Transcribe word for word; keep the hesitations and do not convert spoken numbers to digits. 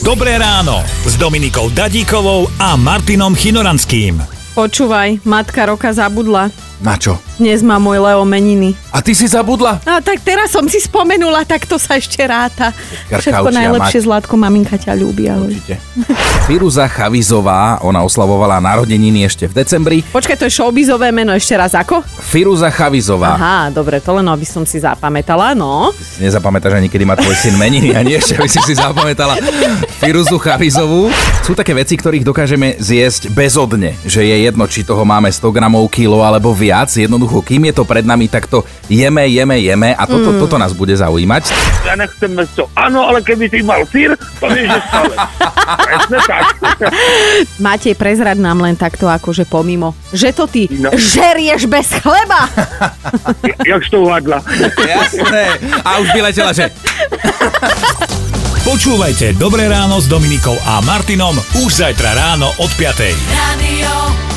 Dobré ráno s Dominikou Dadíkovou a Martinom Chinoranským. Počúvaj, matka roka zabudla. Na čo? Dnes má môj Leo meniny. A ty si zabudla? A tak teraz som si spomenula, tak to sa ešte ráta. Všetko najlepšie, mať... Zlatko, maminka ťa ľúbi. Ahoj. Určite. Firuza Chavizová, ona oslavovala narodeniny ešte v decembri. Počkaj, to je showbizové meno, ešte raz ako? Firuza Chavizová. Aha, dobre, to len aby som si zapamätala, no. Nezapamätáš ani, kedy má tvoj syn meniny, ani ešte by si si zapamätala Firuzu Chavizovú. Sú také veci, ktorých dokážeme zjesť bezodne, že je jedno, či toho máme sto gramov, kilo alebo viac. Jednoducho, kým je to pred nami, tak to jeme, jeme, jeme a toto, mm. toto nás bude zaujímať. Ja nechcem meso. Áno, ale keby si mal sír, to vieš, že stále. Presne tak. Matej, prezrad nám len takto akože pomimo, že to ty no. žerieš bez chleba. Jak to uhádla. Jasné. A už by letela, že... Počúvajte Dobré ráno s Dominikou a Martinom už zajtra ráno od piatej. Radio